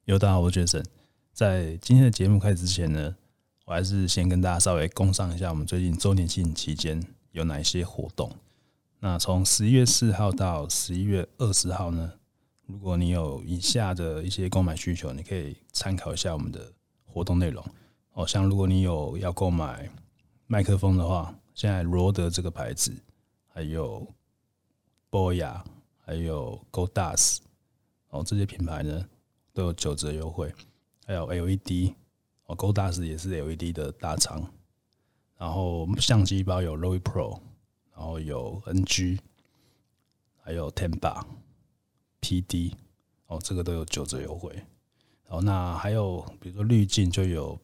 大家好，我是 Jason。在今天的节目开始之前呢，我还是先跟大家稍微工商一下我们最近周年庆期间有哪一些活动。那从11月4号到11月20号呢，如果你有以下的一些购买需求，你可以参考一下我们的活动内容。像如果你有要购买麦克风的话，现在罗德这个牌子，还有 Boya， 还有 Godas， 这些品牌呢都有9折优惠。还有 LED，Godas 也是 LED 的大厂。然后相机包有 Roy Pro， 然后有 NG， 还有 Tenba、PD， 这个都有9折优惠。那还有比如说滤镜就有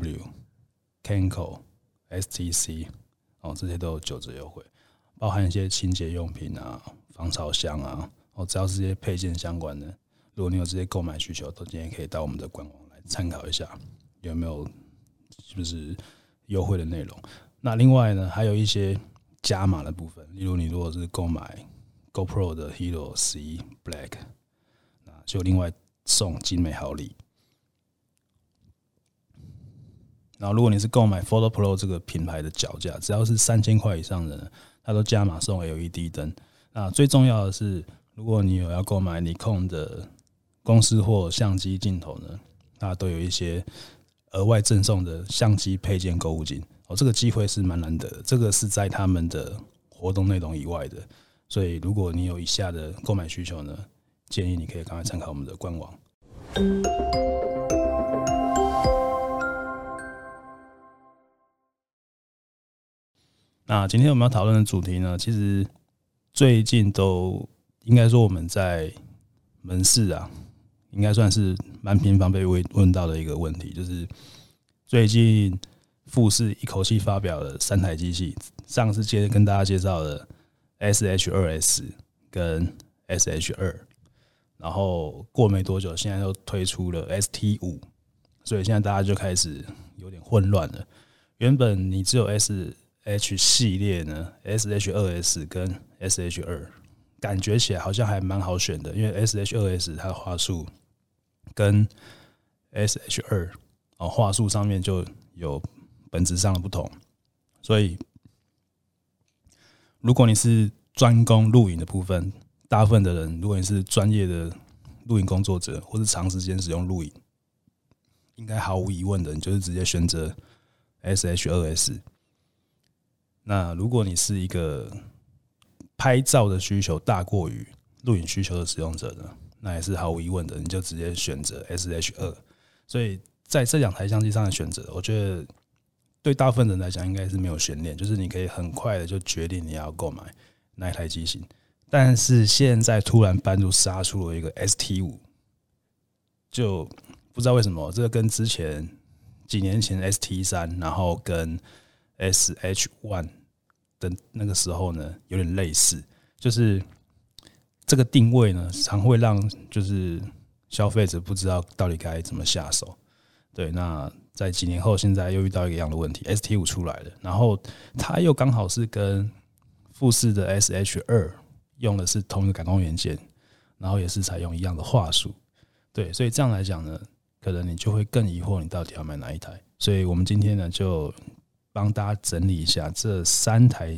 BW、Kenko、STC， 这些都有9折优惠，包含一些清洁用品啊、防潮箱啊，只要是这些配件相关的，如果你有这些购买需求，都今天可以到我们的官网来参考一下，有没有是不是优惠的内容。那另外呢，还有一些加码的部分，例如你如果是购买 GoPro 的 Hero 11 Black， 那就另外送精美好礼。然后如果你是购买 Photo Pro 这个品牌的脚架，只要是3000块以上的呢，它都加码送 LED 灯。那最重要的是，如果你有要购买Nikon的公司或相机镜头呢，它都有一些额外赠送的相机配件购物金。这个机会是蛮难得的，这个是在他们的活动内容以外的。所以如果你有以下的购买需求呢，建议你可以赶快参考我们的官网。那今天我们要讨论的主题呢，其实最近都应该说我们在门市啊，应该算是蛮频繁被问到的一个问题，就是最近富士一口气发表了3台机器，上次跟大家介绍的 SH2S 跟 SH2， 然后过没多久，现在又推出了 ST5， 所以现在大家就开始有点混乱了。原本你只有 SH 系列呢 ，SH2S 跟 SH2， 感觉起来好像还蛮好选的，因为 SH2S 它的画素跟 SH2 画素上面就有本质上的不同，所以如果你是专攻录影的部分，大部分的人，如果你是专业的录影工作者，或是长时间使用录影，应该毫无疑问的，你就是直接选择 SH2S。那如果你是一个拍照的需求大过于录影需求的使用者呢，那也是毫无疑问的，你就直接选择 SH2。所以在这2台相机上的选择，我觉得对大部分人来讲应该是没有悬念，就是你可以很快的就决定你要购买哪一台机型。但是现在突然杀出了一个 ST5， 就不知道为什么，这个跟之前几年前 ST3， 然后跟 SH1 的那个时候呢有点类似，就是这个定位呢常会让就是消费者不知道到底该怎么下手。对，那在几年后，现在又遇到一样的问题 ，ST5 出来了，然后它又刚好是跟富士的 SH2 用的是同一个感光元件，然后也是采用一样的画素。对，所以这样来讲呢，可能你就会更疑惑你到底要买哪一台。所以我们今天呢就帮大家整理一下这3台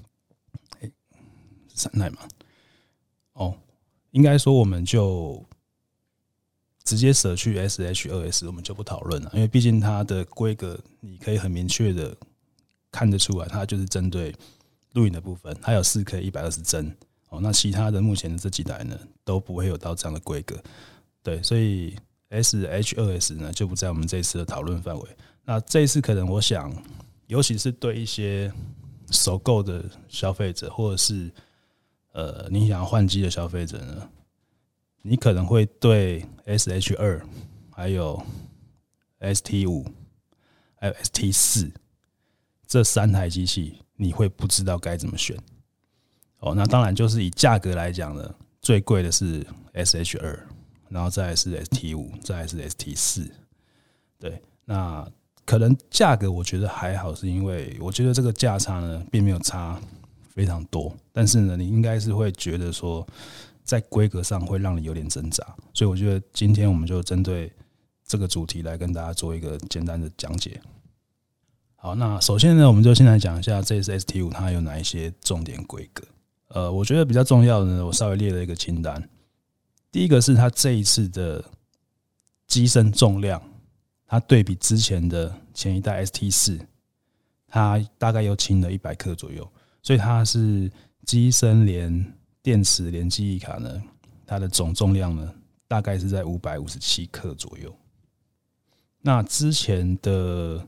，3台嘛，应该说我们就直接舍去 SH2S， 我们就不讨论了，因为毕竟它的规格你可以很明确的看得出来，它就是针对录影的部分，它有 4K 120帧，那其他的目前的这几台呢都不会有到这样的规格。对，所以 SH2S 呢就不在我们这一次的讨论范围。那这一次可能我想，尤其是对一些首购的消费者，或者是你想要换机的消费者呢，你可能会对 SH2 还有 ST5 还有 ST4 这3台机器你会不知道该怎么选。那当然就是以价格来讲呢，最贵的是 SH2， 然后再来是 ST5， 再来是 ST4。 对，那可能价格我觉得还好，是因为我觉得这个价差呢并没有差非常多，但是呢你应该是会觉得说在规格上会让你有点挣扎，所以我觉得今天我们就针对这个主题来跟大家做一个简单的讲解。好，那首先呢，我们就先来讲一下这次 ST5 它有哪一些重点规格。我觉得比较重要的呢，我稍微列了一个清单。第一个是它这一次的机身重量，它对比之前的前一代 ST4， 它大概又轻了100克左右，所以它是机身连电池连记忆卡呢，它的总重量呢大概是在557克左右。那之前的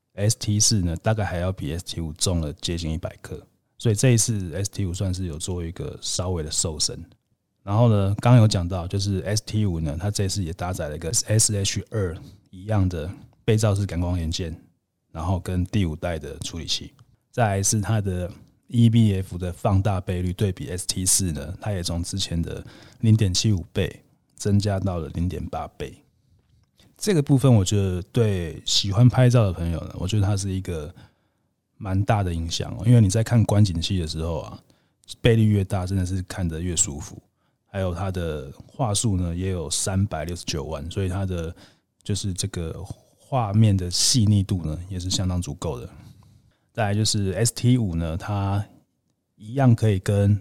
ST4 呢，大概还要比 ST5 重了接近100克。所以这一次 ST5 算是有做一个稍微的瘦身。然后呢，刚刚有讲到，就是 ST5 呢，它这次也搭载了一个 SH2 一样的背照式感光元件，然后跟第5代的处理器。再来是它的 EBF 的放大倍率对比 ST4 呢，它也从之前的 0.75 倍增加到了 0.8 倍。这个部分我觉得对喜欢拍照的朋友呢，我觉得它是一个蛮大的影响，因为你在看观景器的时候啊，倍率越大，真的是看得越舒服。还有它的画素呢，也有369万，所以它的就是这个画面的细腻度呢，也是相当足够的。再来就是 ST5 呢，它一样可以跟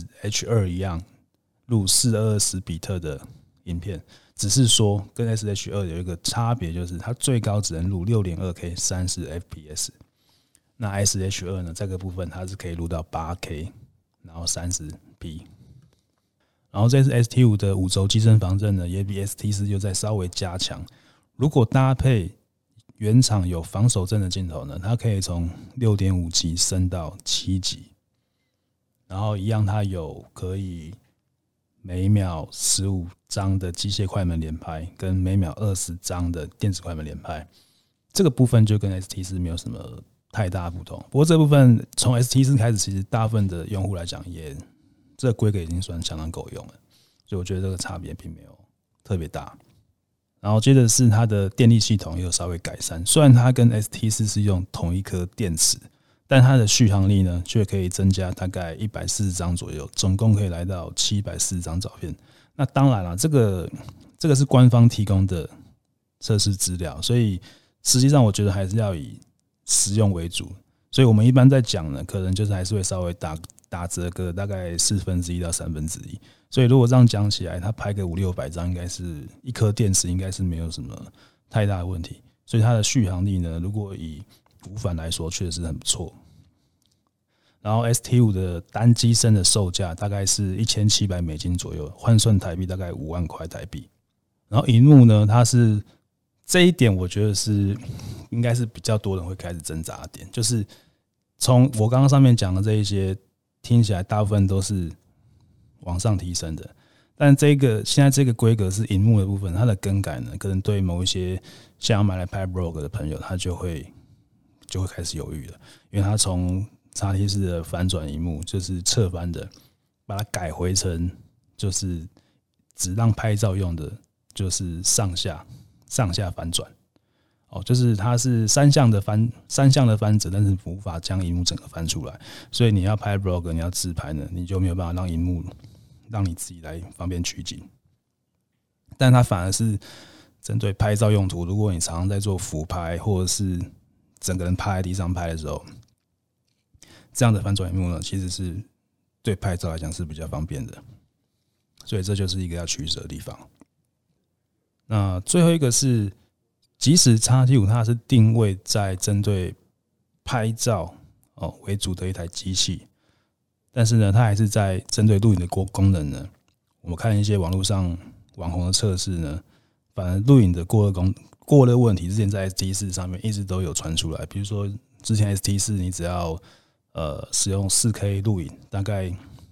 SH2 一样录420比特的影片，只是说跟 SH2 有一个差别，就是它最高只能录 6.2K 30 FPS。那 SH2 呢，这个部分它是可以录到 8K， 然后 30p。然后这次 ST5 的5轴机身防震呢，也比 ST4 又再稍微加强。如果搭配原厂有防手震的镜头呢，它可以从 6.5 级升到7级。然后一样，它有可以每秒15张的机械快门连拍，跟每秒20张的电子快门连拍。这个部分就跟 ST4 没有什么太大不同。不过这部分从 ST4 开始，其实大部分的用户来讲，也这个规格已经算相当够用了，所以我觉得这个差别并没有特别大。然后接着是它的电力系统也有稍微改善，虽然它跟 ST4 是用同一颗电池，但它的续航力呢却可以增加大概140张左右，总共可以来到740张照片。那当然了，这个是官方提供的测试资料，所以实际上我觉得还是要以实用为主。所以我们一般在讲呢，可能就是还是会稍微打折个大概1/4到1/3。所以如果这样讲起来，它拍个500-600张，应该是一颗电池应该是没有什么太大的问题。所以它的续航力呢，如果以无反来说，确实很不错。然后 ST5 的单机身的售价大概是$1700左右，换算台币大概5万块台币。然后萤幕呢，它是这一点，我觉得是应该是比较多人会开始挣扎的点，就是从我刚刚上面讲的这一些，听起来大部分都是往上提升的，但现在这个规格是萤幕的部分，它的更改呢，可能对某一些想要买来拍 vlog 的朋友，他就会开始犹豫了，因为他从 XT4 的翻转萤幕，就是侧翻的，把它改回成就是只让拍照用的，就是上下翻转。就是它是三项的翻折，但是无法将萤幕整个翻出来，所以你要拍 vlog， 你要自拍呢，你就没有办法让萤幕让你自己来方便取景。但它反而是针对拍照用途，如果你常常在做俯拍，或者是整个人趴在地上拍的时候，这样的翻转萤幕呢，其实是对拍照来讲是比较方便的。所以这就是一个要取舍的地方。那最后一个是，即使 XT5 它是定位在针对拍照为主的一台机器，但是呢，它还是在针对录影的功能呢。我们看一些网络上网红的测试呢，反而录影的过热问题，之前在 ST4 上面一直都有传出来。比如说之前 ST4 你只要使用 4K 录影，大概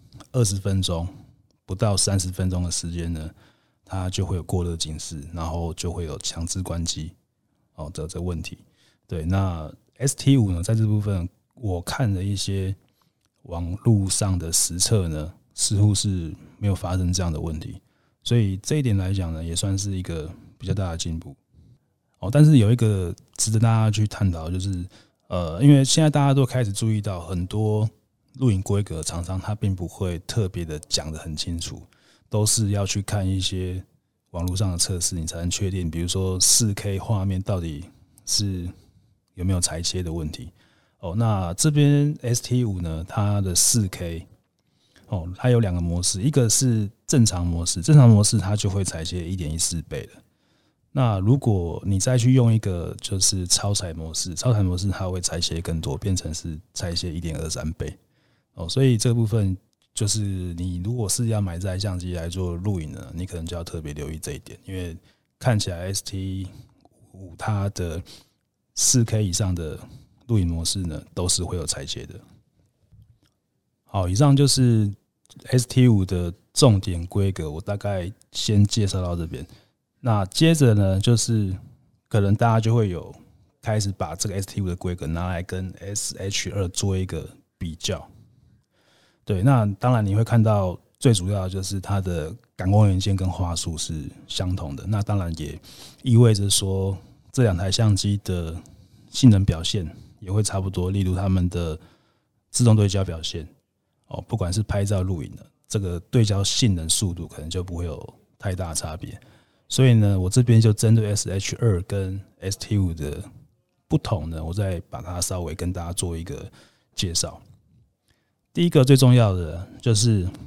20分钟不到30分钟的时间呢，它就会有过热警示，然后就会有强制关机的这个问题。对，那 ST5 呢，在这部分我看了一些网络上的实测呢，似乎是没有发生这样的问题，所以这一点来讲呢，也算是一个比较大的进步。但是有一个值得大家去探讨，就是因为现在大家都开始注意到很多录影规格厂商，它并不会特别的讲得很清楚。 都是要去看一些网络上的测试，你才能确定，比如说 4K 画面到底是有没有裁切的问题。那这边 ST5 呢，它的 4K 它有2个模式，一个是正常模式，正常模式它就会裁切 1.14 倍了。那如果你再去用一个就是超裁模式，超裁模式它会裁切更多，变成是裁切 1.23 倍。所以这个部分就是你如果是要买这台相机来做录影呢，你可能就要特别留意这一点，因为看起来 ST5 它的 4K 以上的录影模式呢，都是会有裁切的。好，以上就是 ST5 的重点规格，我大概先介绍到这边。那接着呢，就是可能大家就会有开始把这个 ST5 的规格拿来跟 SH2 做一个比较。对，那当然你会看到最主要的就是它的感光元件跟画素是相同的，那当然也意味着说这2台相机的性能表现也会差不多，例如它们的自动对焦表现，不管是拍照录影的这个对焦性能速度可能就不会有太大差别。所以呢，我这边就针对 SH2 跟 ST5 的不同呢，我再把它稍微跟大家做一个介绍。第一个最重要的就是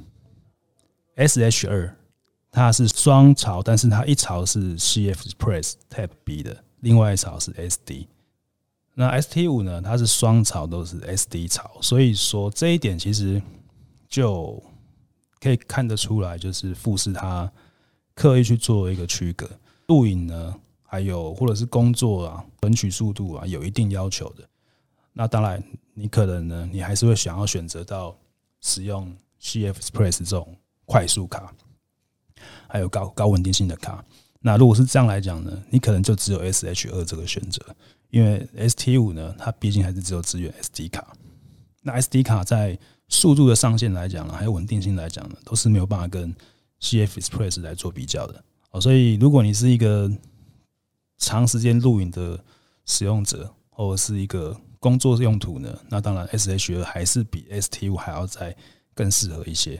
SH2 它是双槽，但是它一槽是 CF Express Type B 的，另外一槽是 SD。那 ST5 呢，它是双槽都是 SD 槽，所以说这一点其实就可以看得出来，就是富士它刻意去做一个区隔，录影呢，还有或者是工作啊，存取速度啊，有一定要求的。那当然，你可能呢，你还是会想要选择到使用 CF Express 这种快速卡，还有高稳定性的卡。那如果是这样来讲呢，你可能就只有 SH2 这个选择，因为 ST5 呢，它毕竟还是只有支援 SD 卡。那 SD 卡在速度的上限来讲呢，还有稳定性来讲呢，都是没有办法跟CF Express 来做比较的。所以如果你是一个长时间录影的使用者，或者是一个工作用途呢，那当然 SH2 还是比 ST5 还要再更适合一些。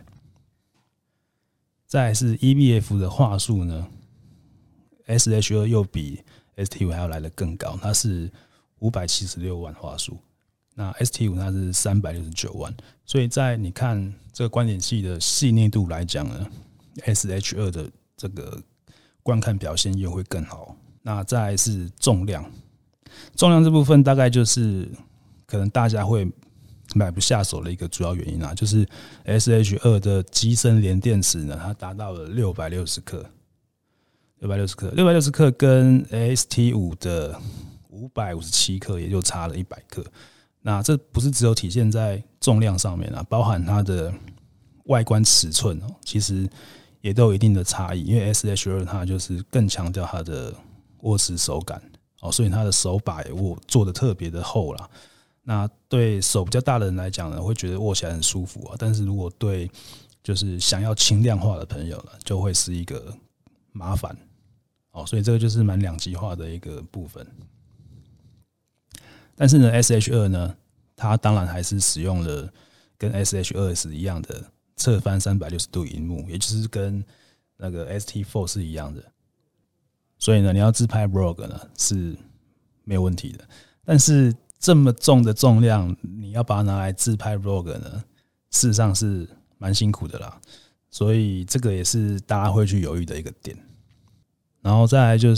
再来是 EVF 的画素呢， SH2 又比 ST5 还要来得更高，它是576万画素，那 ST5 它是369万，所以在你看这个观点器的细腻度来讲呢， SH2 的这个观看表现又会更好。那再来是重量这部分大概就是可能大家会买不下手的一个主要原因就是 SH2 的机身联电池呢，它达到了660克，660克跟 ST5 的557克也就差了100克。那这不是只有体现在重量上面包含它的外观尺寸其实也都有一定的差异，因为 SH2 它就是更强调它的握持手感所以它的手把也做的特别的厚啦。那对手比较大的人来讲呢，会觉得握起来很舒服但是如果对就是想要轻量化的朋友呢，就会是一个麻烦所以这个就是蛮两极化的一个部分。但是呢 SH2 呢，它当然还是使用了跟 SH2S 一样的侧翻360度萤幕，也就是跟那个 ST4 是一样的。所以呢，你要自拍 vlog 呢是没有问题的。但是这么重的重量，你要把它拿来自拍 vlog 呢，事实上是蛮辛苦的啦。所以这个也是大家会去犹豫的一个点。然后再来就是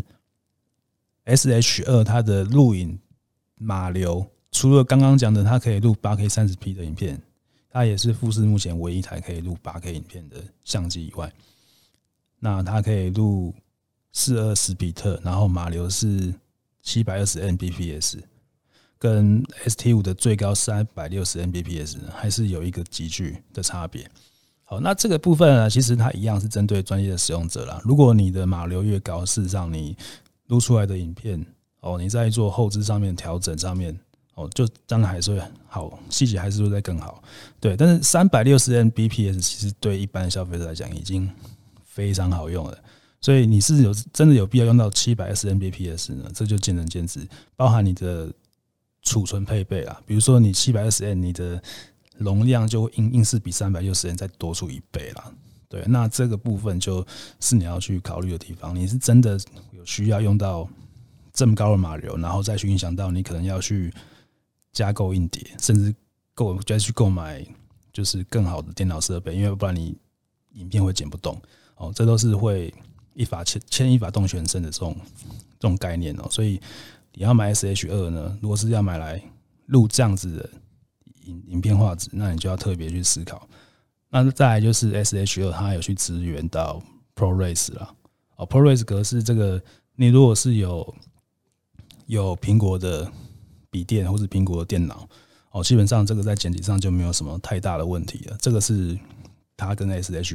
SH2 它的录影码流，除了刚刚讲的它可以录 8K 30p 的影片，它也是富士目前唯一一台可以录 8K 影片的相机以外，那它可以录420比特，然后码流是720 Mbps， 跟 ST5 的最高360 Mbps 还是有一个急剧的差别。好，那这个部分呢，其实它一样是针对专业的使用者啦。如果你的码流越高，事实上你录出来的影片你在做后置上面调整上面就当然还是会好，细节还是会再更好。对，但是360 Mbps 其实对一般的消费者来讲已经非常好用了。所以你是真的有必要用到720 Mbps 呢？这就见仁见智，包含你的储存配备啦，比如说你720 M， 你的容量就会硬是比360 M 再多出1倍啦。 对，那这个部分就是你要去考虑的地方。你是真的有需要用到这么高的码流，然后再去影响到你可能要去加购硬碟，甚至再去购买就是更好的电脑设备，因为不然你影片会剪不动哦，这都是会牵一发动全身的这种概念哦。所以你要买 SH2 呢，如果是要买来录这样子的影片画质，那你就要特别去思考。那再来就是 SH2 它有去支援到 ProRes 啦，ProRes 格式这个，你如果是有苹果的笔电或是苹果的电脑，基本上这个在剪辑上就没有什么太大的问题了。这个是它跟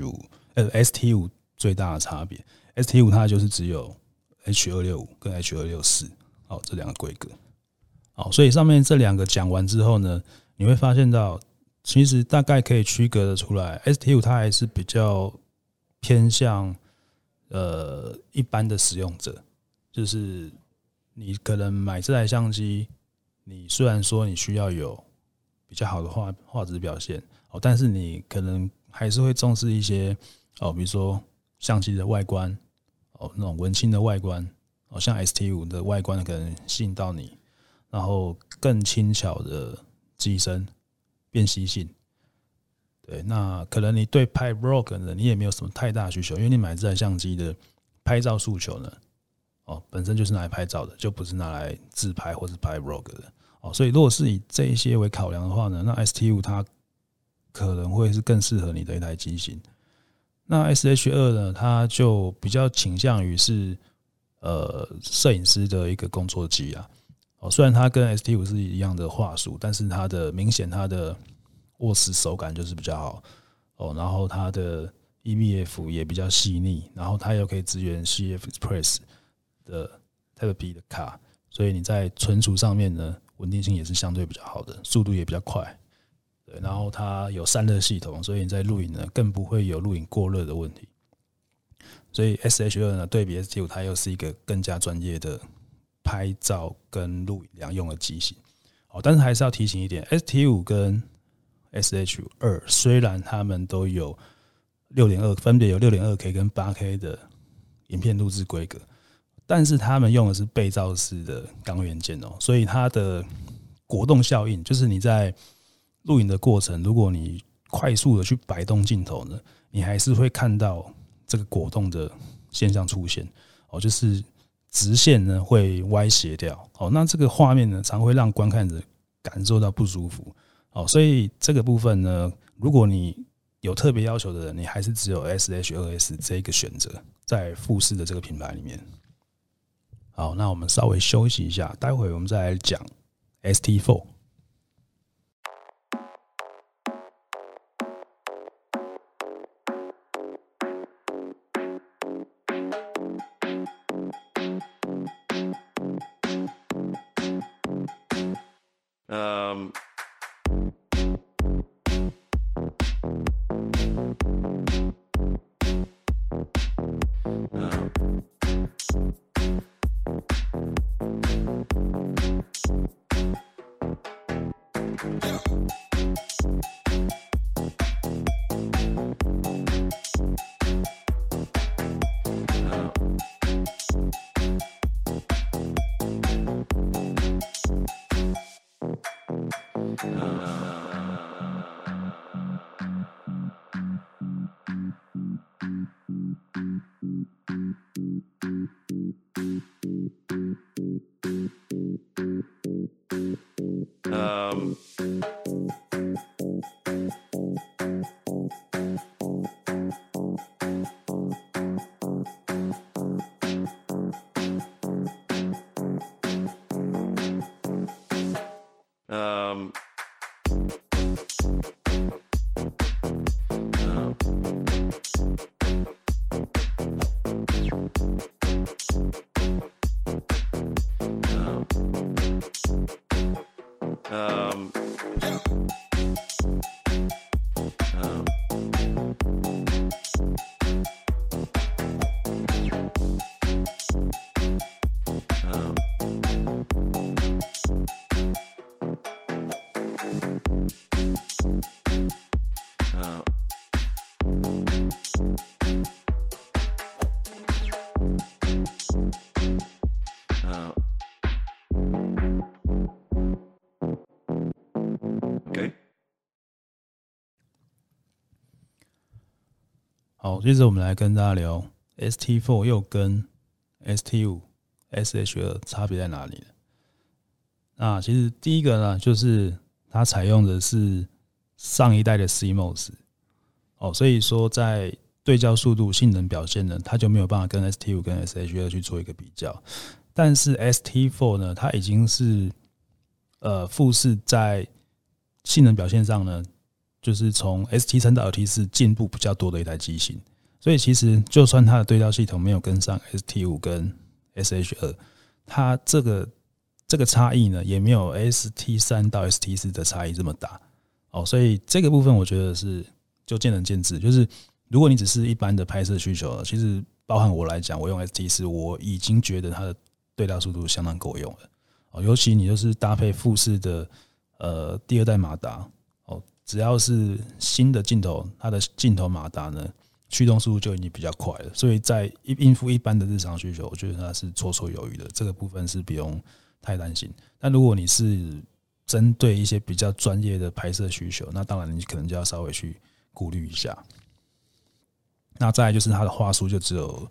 ST5 最大的差别。ST5 它就是只有 H265 跟 H264 这两个规格。所以上面这两个讲完之后呢，你会发现到其实大概可以区隔的出来 ，ST5 它还是比较偏向一般的使用者，就是你可能买这台相机，你虽然说你需要有比较好的画质表现，但是你可能还是会重视一些比如说相机的外观，那种文青的外观，像 ST5 的外观可能吸引到你，然后更轻巧的机身。辨析性，对，那可能你对拍 vlog 呢，你也没有什么太大的需求，因为你买这台相机的拍照诉求呢，本身就是拿来拍照的，就不是拿来自拍或是拍 vlog 的，所以如果是以这一些为考量的话呢，那 ST5 它可能会是更适合你的一台机型。那 SH2 呢，它就比较倾向于是摄影师的一个工作机啊。虽然它跟 ST5 是一样的画术，但是它的握持手感就是比较好然后它的 EVF 也比较细腻，然后它又可以支援 CF Express 的 Type B 的卡，所以你在存储上面呢，稳定性也是相对比较好的，速度也比较快。对，然后它有散热系统，所以你在录影呢更不会有录影过热的问题。所以 SH2 呢对比 ST5 它又是一个更加专业的拍照跟录影两用的机型，但是还是要提醒一点 ，ST5 跟 SH2 虽然他们都有6.2，分别有 6.2K 跟 8K 的影片录制规格，但是他们用的是背照式的钢元件所以它的果冻效应，就是你在录影的过程，如果你快速的去摆动镜头呢，你还是会看到这个果冻的现象出现就是直线呢会歪斜掉，那这个画面呢常会让观看者感受到不舒服，所以这个部分呢，如果你有特别要求的人，你还是只有 SH2S 这个选择，在富士的这个品牌里面。好，那我们稍微休息一下，待会我们再来讲 ST4。 好，接着我们来跟大家聊 ST4 又跟 ST5 SH2 差别在哪里呢？那其实第一个呢，就是它采用的是上一代的 CMOS， 所以说在对焦速度、性能表现呢，它就没有办法跟 ST5 跟 SH2 去做一个比较。但是 ST4 呢，它已经是富士在性能表现上呢，就是从 ST3 到 LT4 进步比较多的一台机型。所以其实就算它的对焦系统没有跟上 ST5 跟 SH2， 它这个差异呢，也没有 ST3 到 ST4 的差异这么大。所以这个部分我觉得是就见仁见智。就是如果你只是一般的拍摄需求，其实包含我来讲，我用 ST4， 我已经觉得它的对焦速度相当够用了。尤其你就是搭配富士的第二代马达，只要是新的镜头，它的镜头马达呢，驱动速度就已经比较快了，所以在应付一般的日常需求，我觉得它是绰绰有余的。这个部分是不用太担心。但如果你是针对一些比较专业的拍摄需求，那当然你可能就要稍微去顾虑一下。那再来就是它的画素就只有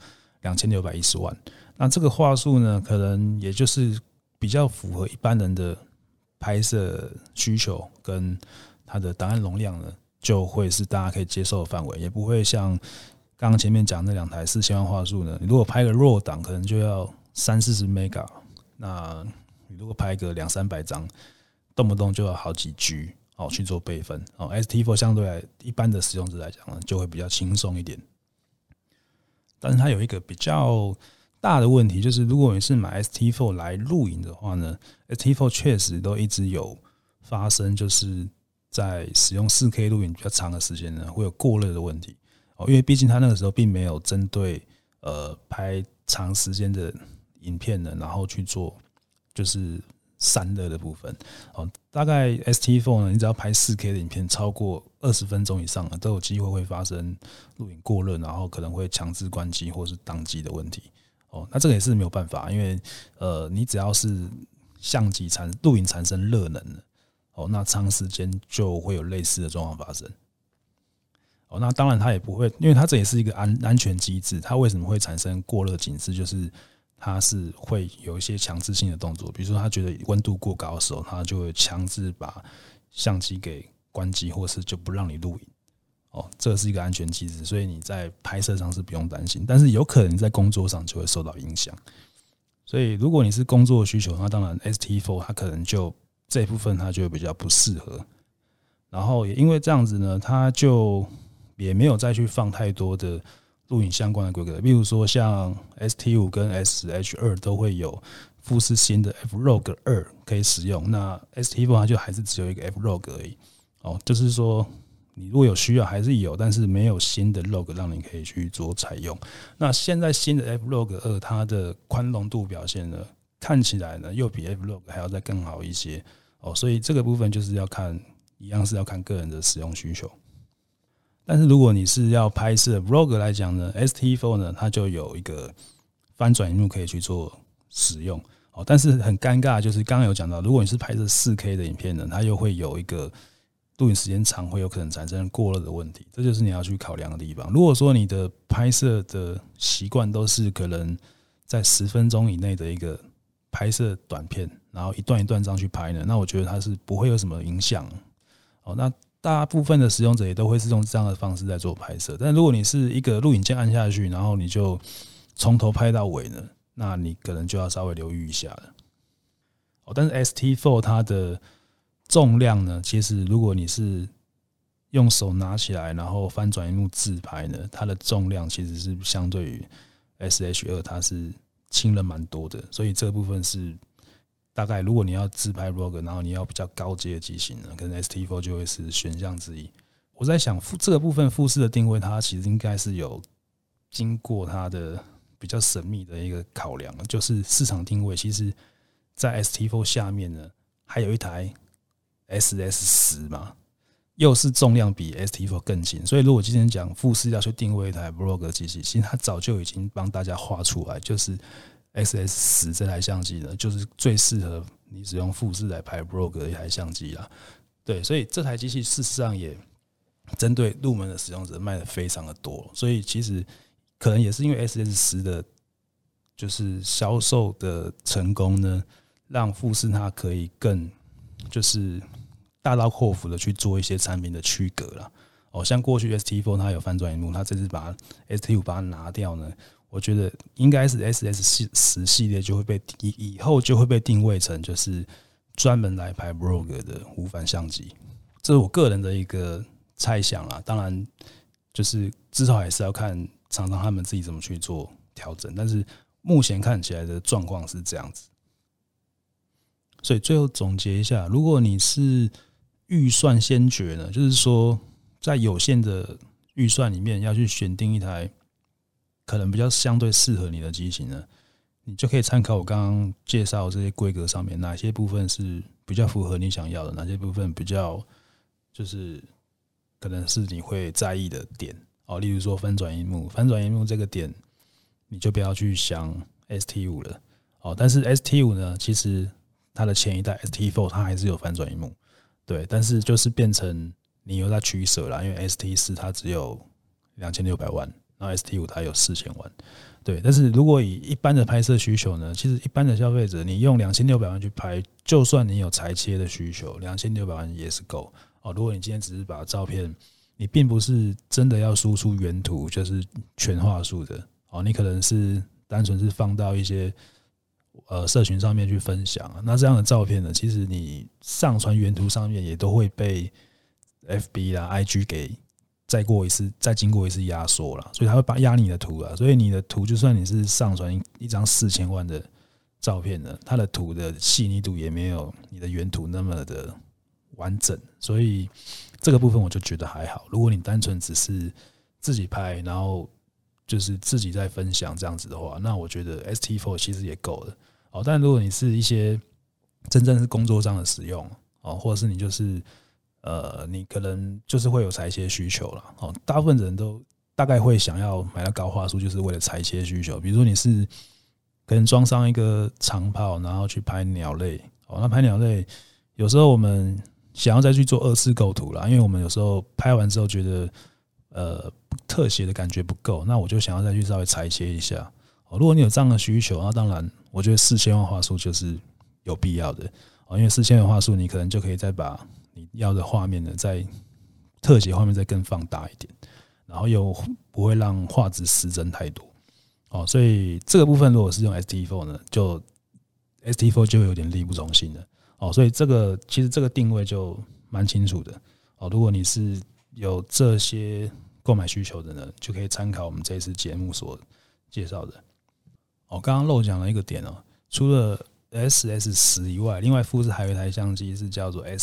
2610万，那这个画素呢，可能也就是比较符合一般人的拍摄需求，跟它的档案容量呢，就会是大家可以接受的范围，也不会像刚刚前面讲那两台4000万画素呢，你如果拍个 RAW 档，可能就要30-40 mega， 那你如果拍个200-300张，动不动就要好几 G 去做备份。ST4 相对来一般的使用者来讲呢，就会比较轻松一点。但是它有一个比较大的问题，就是如果你是买 ST4 来录影的话呢， ST4 确实都一直有发生，就是在使用 4K 录影比较长的时间呢，会有过热的问题。因为毕竟它那个时候并没有针对拍长时间的影片呢，然后去做就是散热的部分。大概 ST4 呢，你只要拍 4K 的影片超过20分钟以上呢，都有机会会发生录影过热，然后可能会强制关机或是宕机的问题。那这个也是没有办法，因为你只要是相机录影产生热能了，那长时间就会有类似的状况发生。那当然它也不会，因为它这也是一个安全机制。它为什么会产生过热警示？就是它是会有一些强制性的动作，比如说它觉得温度过高的时候，它就会强制把相机给关机，或是就不让你录影。这是一个安全机制，所以你在拍摄上是不用担心，但是有可能你在工作上就会受到影响。所以如果你是工作需求，那当然 ST4 它可能就这一部分它就比较不适合。然后也因为这样子呢，它就也没有再去放太多的录影相关的规格，比如说像 ST5 跟 SH2 都会有富士新的 F-Log 2可以使用，那 ST4 它就还是只有一个 F-Log 而已。就是说你如果有需要还是有，但是没有新的 log 让你可以去做采用。那现在新的 F-Log 2它的宽容度表现呢，看起来呢又比 F-Log 还要再更好一些。所以这个部分就是要看，一样是要看个人的使用需求。但是如果你是要拍摄 Vlog 来讲呢， ST4 呢它就有一个翻转萤幕可以去做使用。但是很尴尬，就是刚刚有讲到，如果你是拍摄 4K 的影片呢，它又会有一个录影时间长会有可能产生过热的问题，这就是你要去考量的地方。如果说你的拍摄的习惯都是可能在10分钟以内的一个拍摄短片，然后一段一段这样去拍呢，那我觉得它是不会有什么影响。那大部分的使用者也都会是用这样的方式在做拍摄。但如果你是一个录影键按下去，然后你就从头拍到尾呢，那你可能就要稍微留意一下了。但是 ST4 它的重量呢，其实如果你是用手拿起来然后翻转萤幕自拍呢，它的重量其实是相对于 SH2 它是轻了蛮多的。所以这个部分是大概如果你要自拍 vlog， 然后你要比较高阶的机型呢，可能 ST4 就会是选项之一。我在想这个部分富士的定位，它其实应该是有经过它的比较神秘的一个考量，就是市场定位其实在 ST4 下面呢还有一台 SS10 嘛，又是重量比 ST4 更轻。所以如果今天讲富士要去定位一台 vlog 机器，其实它早就已经帮大家画出来，就是 SS10 这台相机呢，就是最适合你使用富士来拍 vlog 的一台相机啦。对，所以这台机器事实上也针对入门的使用者卖的非常的多，所以其实可能也是因为 SS10 的就是销售的成功呢，让富士它可以更就是大刀阔斧的去做一些产品的区隔啦。像过去 ST4 它有翻转萤幕，它这次把 ST5 把它拿掉呢，我觉得应该是 SS10 系列就会被以后就会被定位成就是专门来拍 vlog 的无反相机，这是我个人的一个猜想啦。当然，就是之后还是要看厂商他们自己怎么去做调整，但是目前看起来的状况是这样子。所以最后总结一下，如果你是预算先决呢，就是说在有限的预算里面要去选定一台可能比较相对适合你的机型呢，你就可以参考我刚刚介绍的这些规格上面哪些部分是比较符合你想要的，哪些部分比较就是可能是你会在意的点。例如说翻转萤幕这个点你就不要去想 ST5 了。但是 ST5 呢，其实它的前一代 ST4 它还是有翻转萤幕，对，但是就是变成你有在取舍啦，因为 ST4 它只有2600万，然后 ST5 它有4000万，对。但是如果以一般的拍摄需求呢，其实一般的消费者你用2600万去拍，就算你有裁切的需求，2600万也是够。如果你今天只是把照片，你并不是真的要输出原图，就是全画素的，你可能是单纯是放到一些社群上面去分享，那这样的照片呢，其实你上传原图上面也都会被 FB 啦 IG 给再经过一次压缩啦，所以它会压你的图啦，所以你的图就算你是上传一张4000万的照片呢，它的图的细腻度也没有你的原图那么的完整，所以这个部分我就觉得还好。如果你单纯只是自己拍，然后就是自己在分享这样子的话，那我觉得 ST4 其实也够了。但如果你是一些真正是工作上的使用，或者是你就是你可能就是会有裁切需求啦，大部分人都大概会想要买到高画素，就是为了裁切需求。比如说你是可能装上一个长炮，然后去拍鸟类，那拍鸟类有时候我们想要再去做二次构图啦，因为我们有时候拍完之后觉得特写的感觉不够，那我就想要再去稍微裁切一下。如果你有这样的需求，那当然我觉得4000万画素就是有必要的，因为4000万画素你可能就可以再把你要的画面呢，在特写画面再更放大一点，然后又不会让画质失真太多。所以这个部分如果是用 ST4 呢，就 ST4 就有点力不从心了。所以其实这个定位就蛮清楚的。如果你是有这些购买需求的呢，就可以参考我们这一次节目所介绍的。刚刚漏讲了一个点，除了 SS10 以外，另外富士还有一台相机是叫做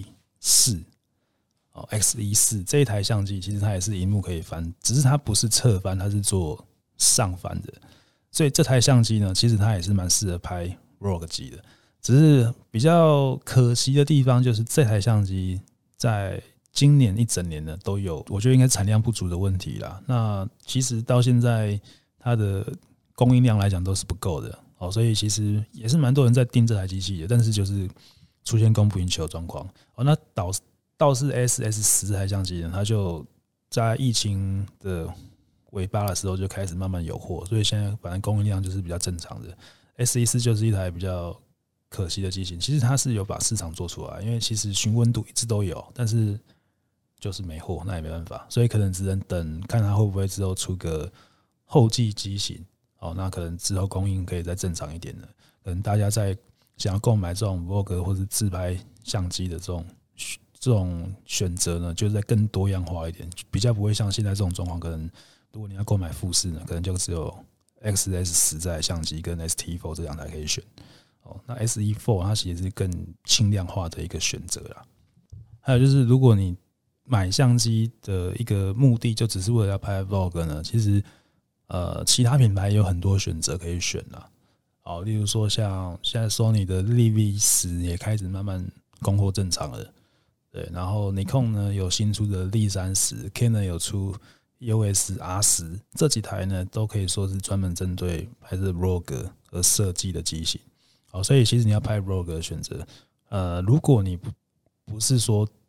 X14。这一台相机其实它也是萤幕可以翻，只是它不是侧翻，它是做上翻的。所以这台相机呢，其实它也是蛮适合拍 vlog 机的。只是比较可惜的地方就是这台相机在今年一整年呢都有，我觉得应该产量不足的问题啦。那其实到现在它的供应量来讲都是不够的，所以其实也是蛮多人在订这台机器的，但是就是出现供不应求的状况。那倒是 SS10 这台相机呢，它就在疫情的尾巴的时候就开始慢慢有货，所以现在反正供应量就是比较正常的。S14 就是一台比较可惜的机型，其实它是有把市场做出来，因为其实询问度一直都有，但是就是没货，那也没办法，所以可能只能等看它会不会之后出个后继机型，那可能之后供应可以再正常一点的，可能大家在想要购买这种 vlog 或是自拍相机的这种选择呢，就再更多样化一点，比较不会像现在这种状况，可能如果你要购买富士呢，可能就只有 XS10 这台相机跟 ST4 这两台可以选。那 SE4 它其实是更轻量化的一个选择啦。还有就是，如果你买相机的一个目的就只是为了要拍 vlog 呢，其实其他品牌也有很多选择可以选啦。例如说像现在 Sony 的 ZV-10 也开始慢慢供货正常了，对。然后 Nikon 呢有新出的 Z30， Canon 有出 EOS R10， 这几台呢都可以说是专门针对拍摄 vlog 而设计的机型。所以其实你要拍 vlog 的选择，如果你不是说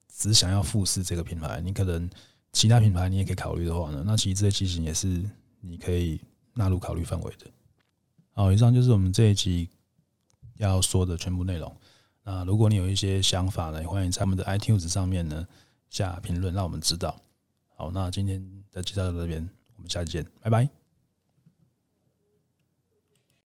只想要富士这个品牌，你可能其他品牌你也可以考虑的话呢，那其实这些机型也是你可以纳入考虑范围的。好，以上就是我们这一集要说的全部内容。那如果你有一些想法呢，也欢迎在我们的 iTunes 上面呢下评论，让我们知道。好，那今天的介绍到这边，我们下期见，拜拜。